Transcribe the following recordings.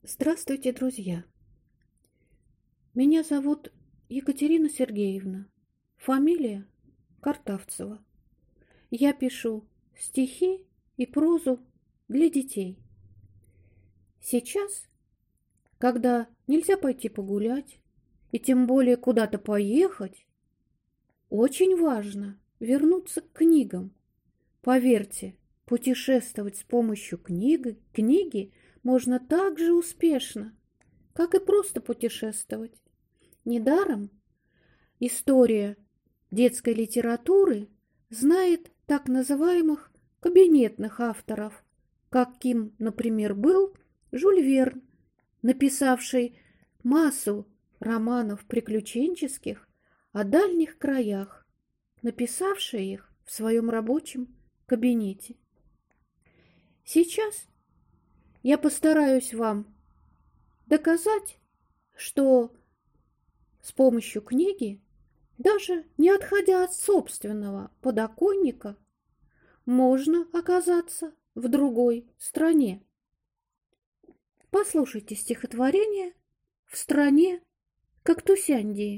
Здравствуйте, друзья! Меня зовут Екатерина Сергеевна. Фамилия Картавцева. Я пишу стихи и прозу для детей. Сейчас, когда нельзя пойти погулять и тем более куда-то поехать, очень важно вернуться к книгам. Поверьте, путешествовать с помощью книги можно так же успешно, как и просто путешествовать. Недаром история детской литературы знает так называемых кабинетных авторов, каким, например, был Жюль Верн, написавший массу романов приключенческих о дальних краях, написавший их в своем рабочем кабинете. Сейчас я постараюсь вам доказать, что с помощью книги, даже не отходя от собственного подоконника, можно оказаться в другой стране. Послушайте стихотворение «В стране Кактусяндии».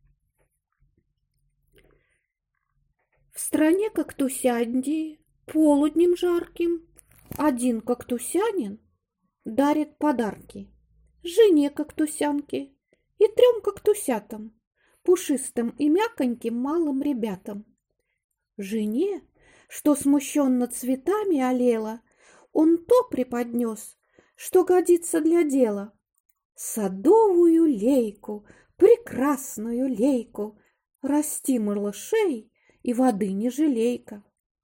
В стране Кактусяндии полуднем жарким один кактусянин дарит подарки жене кактусянке и 3 кактусятам, пушистым и мяконьким малым ребятам. Жене, что смущенно цветами олела, он то преподнес, что годится для дела. Садовую лейку, прекрасную лейку, расти малышей и воды не жалейка.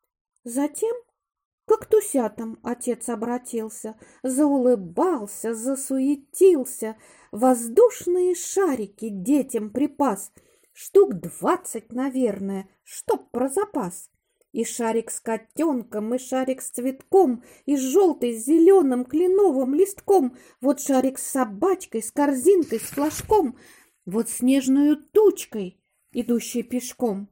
Затем к кактусятам отец обратился, заулыбался, засуетился, воздушные шарики детям припас, штук 20, наверное, чтоб про запас. И шарик с котенком, и шарик с цветком, и желтый с зеленым кленовым листком, вот шарик с собачкой, с корзинкой, с флажком, вот снежную тучкой, идущей пешком.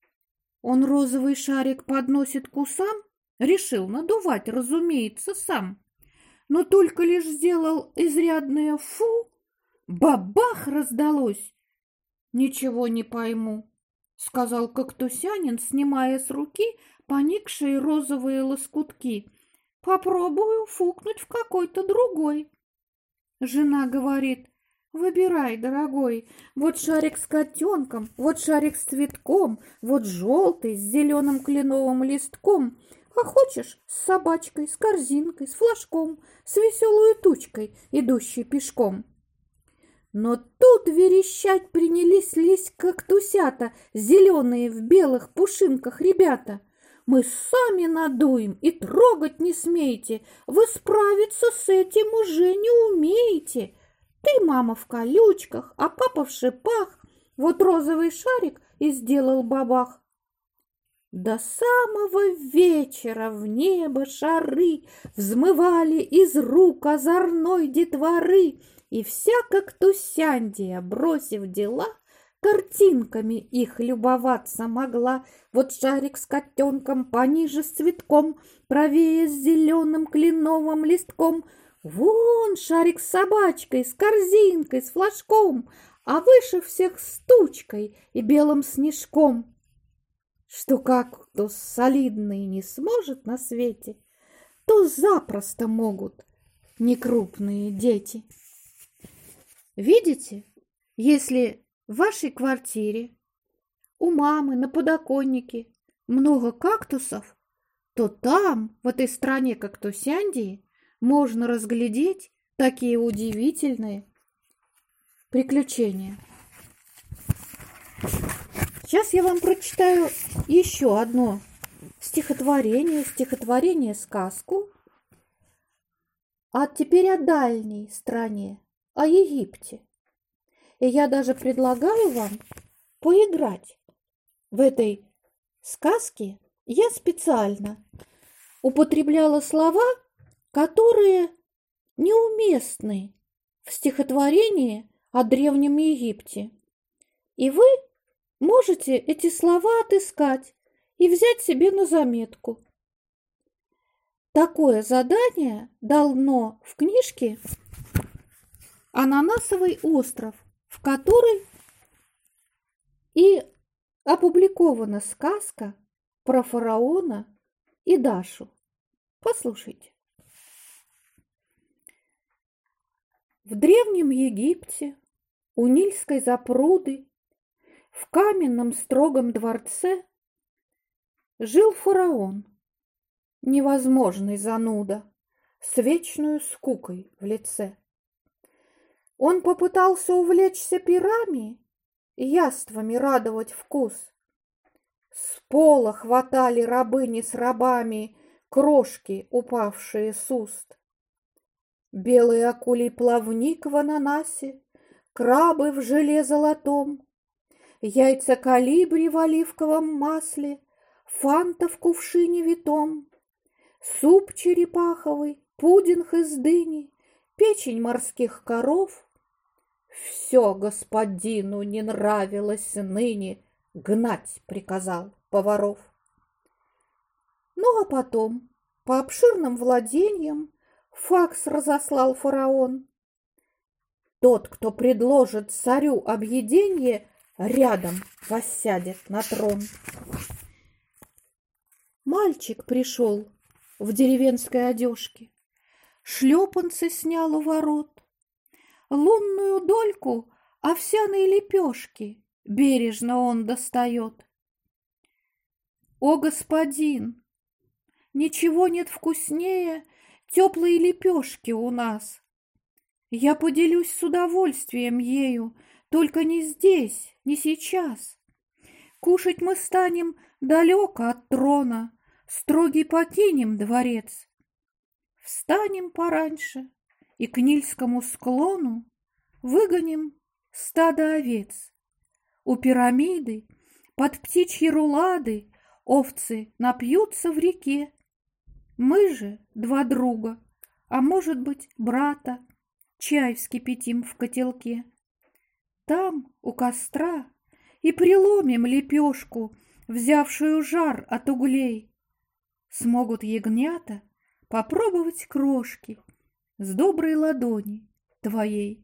Он розовый шарик подносит к усам, решил надувать, разумеется, сам. Но только лишь сделал изрядное «фу», бабах раздалось. «Ничего не пойму», — сказал кактусянин, снимая с руки поникшие розовые лоскутки. «Попробую фукнуть в какой-то другой». Жена говорит: «Выбирай, дорогой, вот шарик с котенком, вот шарик с цветком, вот желтый с зеленым кленовым листком, а хочешь с собачкой, с корзинкой, с флажком, с веселой тучкой, идущей пешком». Но тут верещать принялись кактусята, зеленые в белых пушинках ребята. «Мы сами надуем, и трогать не смейте, вы справиться с этим уже не умеете. Ты, мама, в колючках, а папа в шипах, вот розовый шарик и сделал бабах». До самого вечера в небо шары взмывали из рук озорной детворы, и вся Кактусяндия, бросив дела, картинками их любоваться могла. Вот шарик с котенком, пониже с цветком, правее с зеленым кленовым листком, вон шарик с собачкой, с корзинкой, с флажком, а выше всех с тучкой и белым снежком. Что кактус солидный не сможет на свете, то запросто могут некрупные дети. Видите, если в вашей квартире у мамы на подоконнике много кактусов, то там, в этой стране Кактусяндии, можно разглядеть такие удивительные приключения. Сейчас я вам прочитаю еще одно стихотворение-сказку, а теперь о дальней стране, о Египте. И я даже предлагаю вам поиграть в этой сказке. Я специально употребляла слова, которые неуместны в стихотворении о Древнем Египте. И вы можете эти слова отыскать и взять себе на заметку. Такое задание дано в книжке ананасовый остров, в который и опубликована сказка про фараона и Дашу. Послушайте. В древнем Египте у Нильской запруды в каменном строгом дворце жил фараон, невозможный зануда, с вечную скукой в лице. Он попытался увлечься пирами, яствами радовать вкус. С пола хватали рабыни с рабами крошки, упавшие с уст. Белый акулий плавник в ананасе, крабы в желе золотом, яйца калибри в оливковом масле, фанта в кувшине витом, суп черепаховый, пудинг из дыни, печень морских коров. Все господину не нравилось ныне, гнать приказал поваров. Ну а потом по обширным владениям факс разослал фараон. Тот, кто предложит царю объеденье, рядом воссядет на трон. Мальчик пришел в деревенской одежке, шлепанцы снял у ворот, лунную дольку овсяной лепешки бережно он достает. О, господин, ничего нет вкуснее теплой лепешки у нас. Я поделюсь с удовольствием ею, только не здесь, не сейчас. Кушать мы станем далеко от трона, строгий покинем дворец. Встанем пораньше и к Нильскому склону выгоним стадо овец. У пирамиды под птичьи рулады овцы напьются в реке. Мы же два друга, а может быть брата, чай вскипятим в котелке. Там, у костра, и приломим лепешку, взявшую жар от углей. Смогут ягнята попробовать крошки с доброй ладони твоей.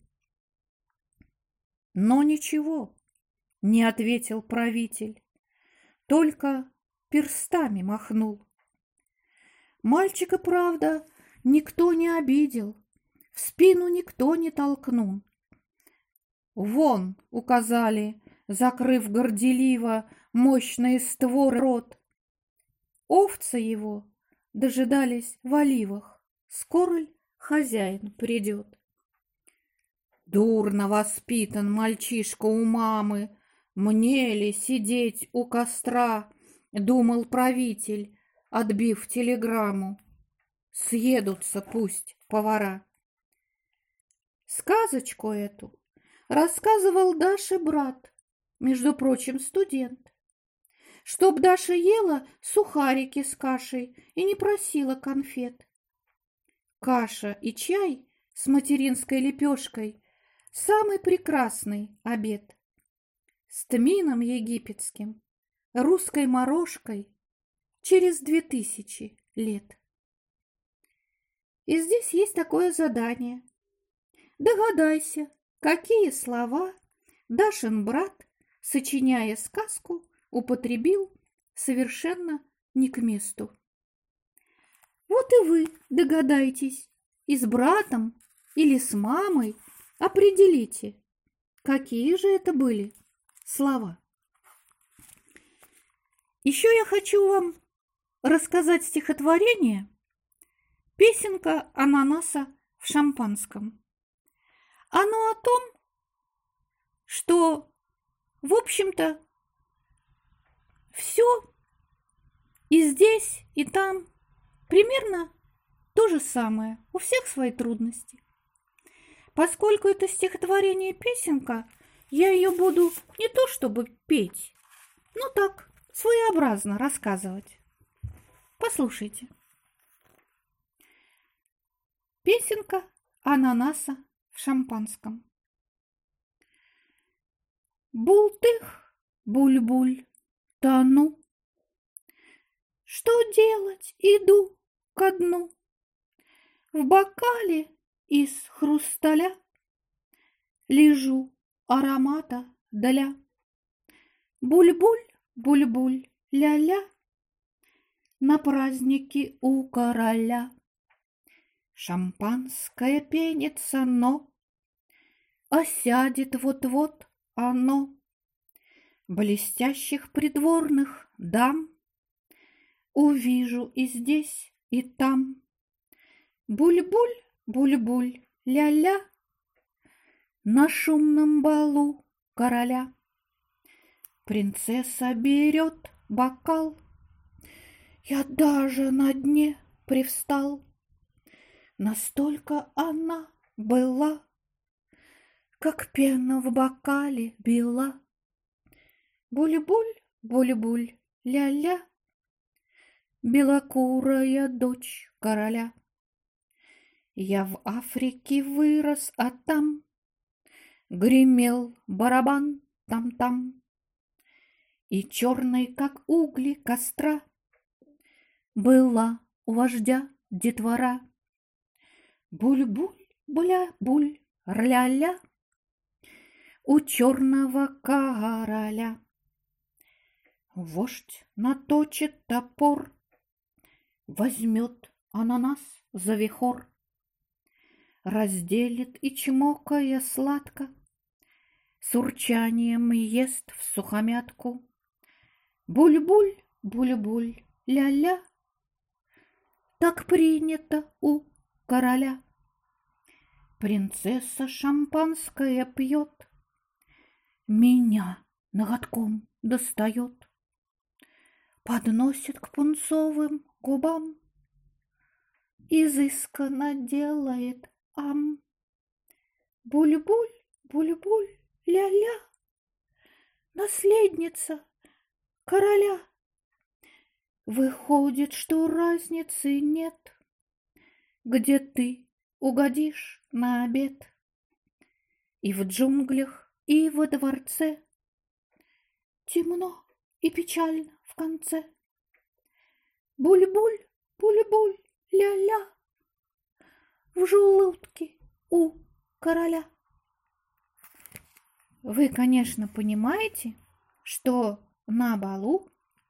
Но ничего, не ответил правитель, только перстами махнул. Мальчика, правда, никто не обидел, в спину никто не толкнул. Вон, указали, закрыв горделиво мощные створы рот. Овцы его дожидались в оливах, скоро ль хозяин придет. Дурно воспитан мальчишка у мамы, мне ли сидеть у костра, думал правитель, отбив телеграмму. Съедутся пусть повара. Сказочку эту рассказывал Даше брат, между прочим, студент. Чтоб Даша ела сухарики с кашей и не просила конфет. Каша и чай с материнской лепешкой — самый прекрасный обед. С тмином египетским, русской морожкой через 2000 лет. И здесь есть такое задание. Догадайся, какие слова Дашин брат, сочиняя сказку, употребил совершенно не к месту. Вот и вы догадайтесь, и с братом или с мамой определите, какие же это были слова. Еще я хочу вам рассказать стихотворение «Песенка ананаса в шампанском». Оно о том, что, в общем-то, все и здесь, и там примерно то же самое, у всех свои трудности. Поскольку это стихотворение-песенка, я ее буду не то чтобы петь, но так, своеобразно рассказывать. Послушайте. Песенка ананаса в шампанском. Бултых, буль-буль, тону. Что делать? Иду ко дну. В бокале из хрусталя лежу аромата для. Буль-буль, буль-буль, ля-ля, на празднике у короля. Шампанское пенится, но осядет вот-вот оно. Блестящих придворных дам увижу и здесь, и там. Буль-буль, буль-буль, ля-ля, на шумном балу короля. Принцесса берет бокал, я даже на дне привстал. Настолько она была, как пена в бокале бела. Буль-буль, буль-буль, ля-ля, белокурая дочь короля. Я в Африке вырос, а там гремел барабан там-там. И черной, как угли костра, была у вождя детвора. Буль-буль, буля-буль, ля-ля, у черного короля. Вождь наточит топор, возьмет ананас за вихор, разделит и, чмокая сладко, с урчанием ест всухомятку. Буль-буль, буль-буль, ля-ля, так принято у короля. Принцесса шампанское пьет, меня ноготком достает, подносит к пунцовым губам, изысканно делает ам. Буль-буль, буль-буль, ля-ля, наследница короля. Выходит, что разницы нет, где ты угодишь на обед. И в джунглях, и во дворце темно и печально в конце. Буль-буль, буль-буль, ля-ля, в желудке у короля. Вы, конечно, понимаете, что на балу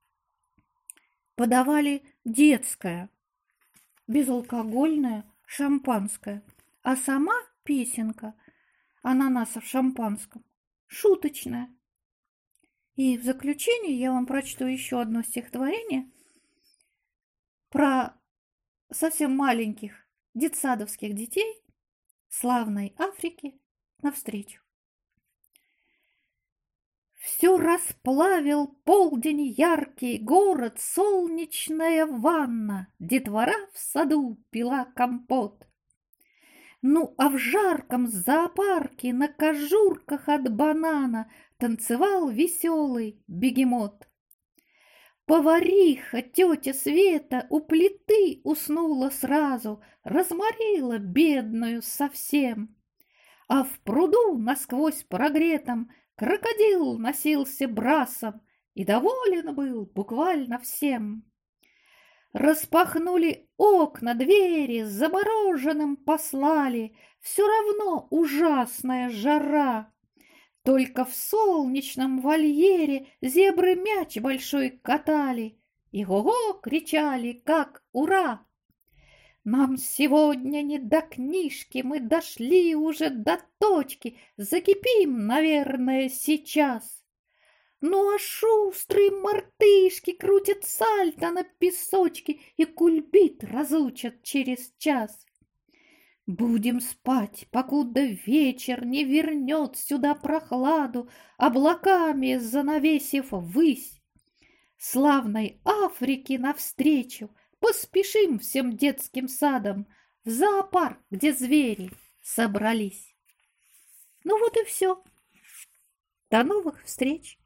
подавали детское, безалкогольное шампанское, а сама песенка «Ананаса в шампанском» шуточная. И в заключение я вам прочту еще одно стихотворение про совсем маленьких детсадовских детей славной Африки навстречу. Все расплавил полдень яркий, город, солнечная ванна, детвора в саду пила компот. Ну, а в жарком зоопарке на кожурках от банана танцевал веселый бегемот. Повариха, тетя Света, у плиты уснула сразу, разморила бедную совсем. А в пруду насквозь прогретом крокодил носился брасом и доволен был буквально всем. Распахнули окна, двери, замороженным послали, все равно ужасная жара. Только в солнечном вольере зебры мяч большой катали и го-го кричали, как ура! Нам сегодня не до книжки, мы дошли уже до точки, закипим, наверное, сейчас. Ну а шустрые мартышки крутят сальто на песочке и кульбит разучат через час. Будем спать, покуда вечер не вернет сюда прохладу, облаками занавесив ввысь. Славной Африке навстречу поспешим всем детским садом в зоопарк, где звери собрались. Ну вот и все. До новых встреч!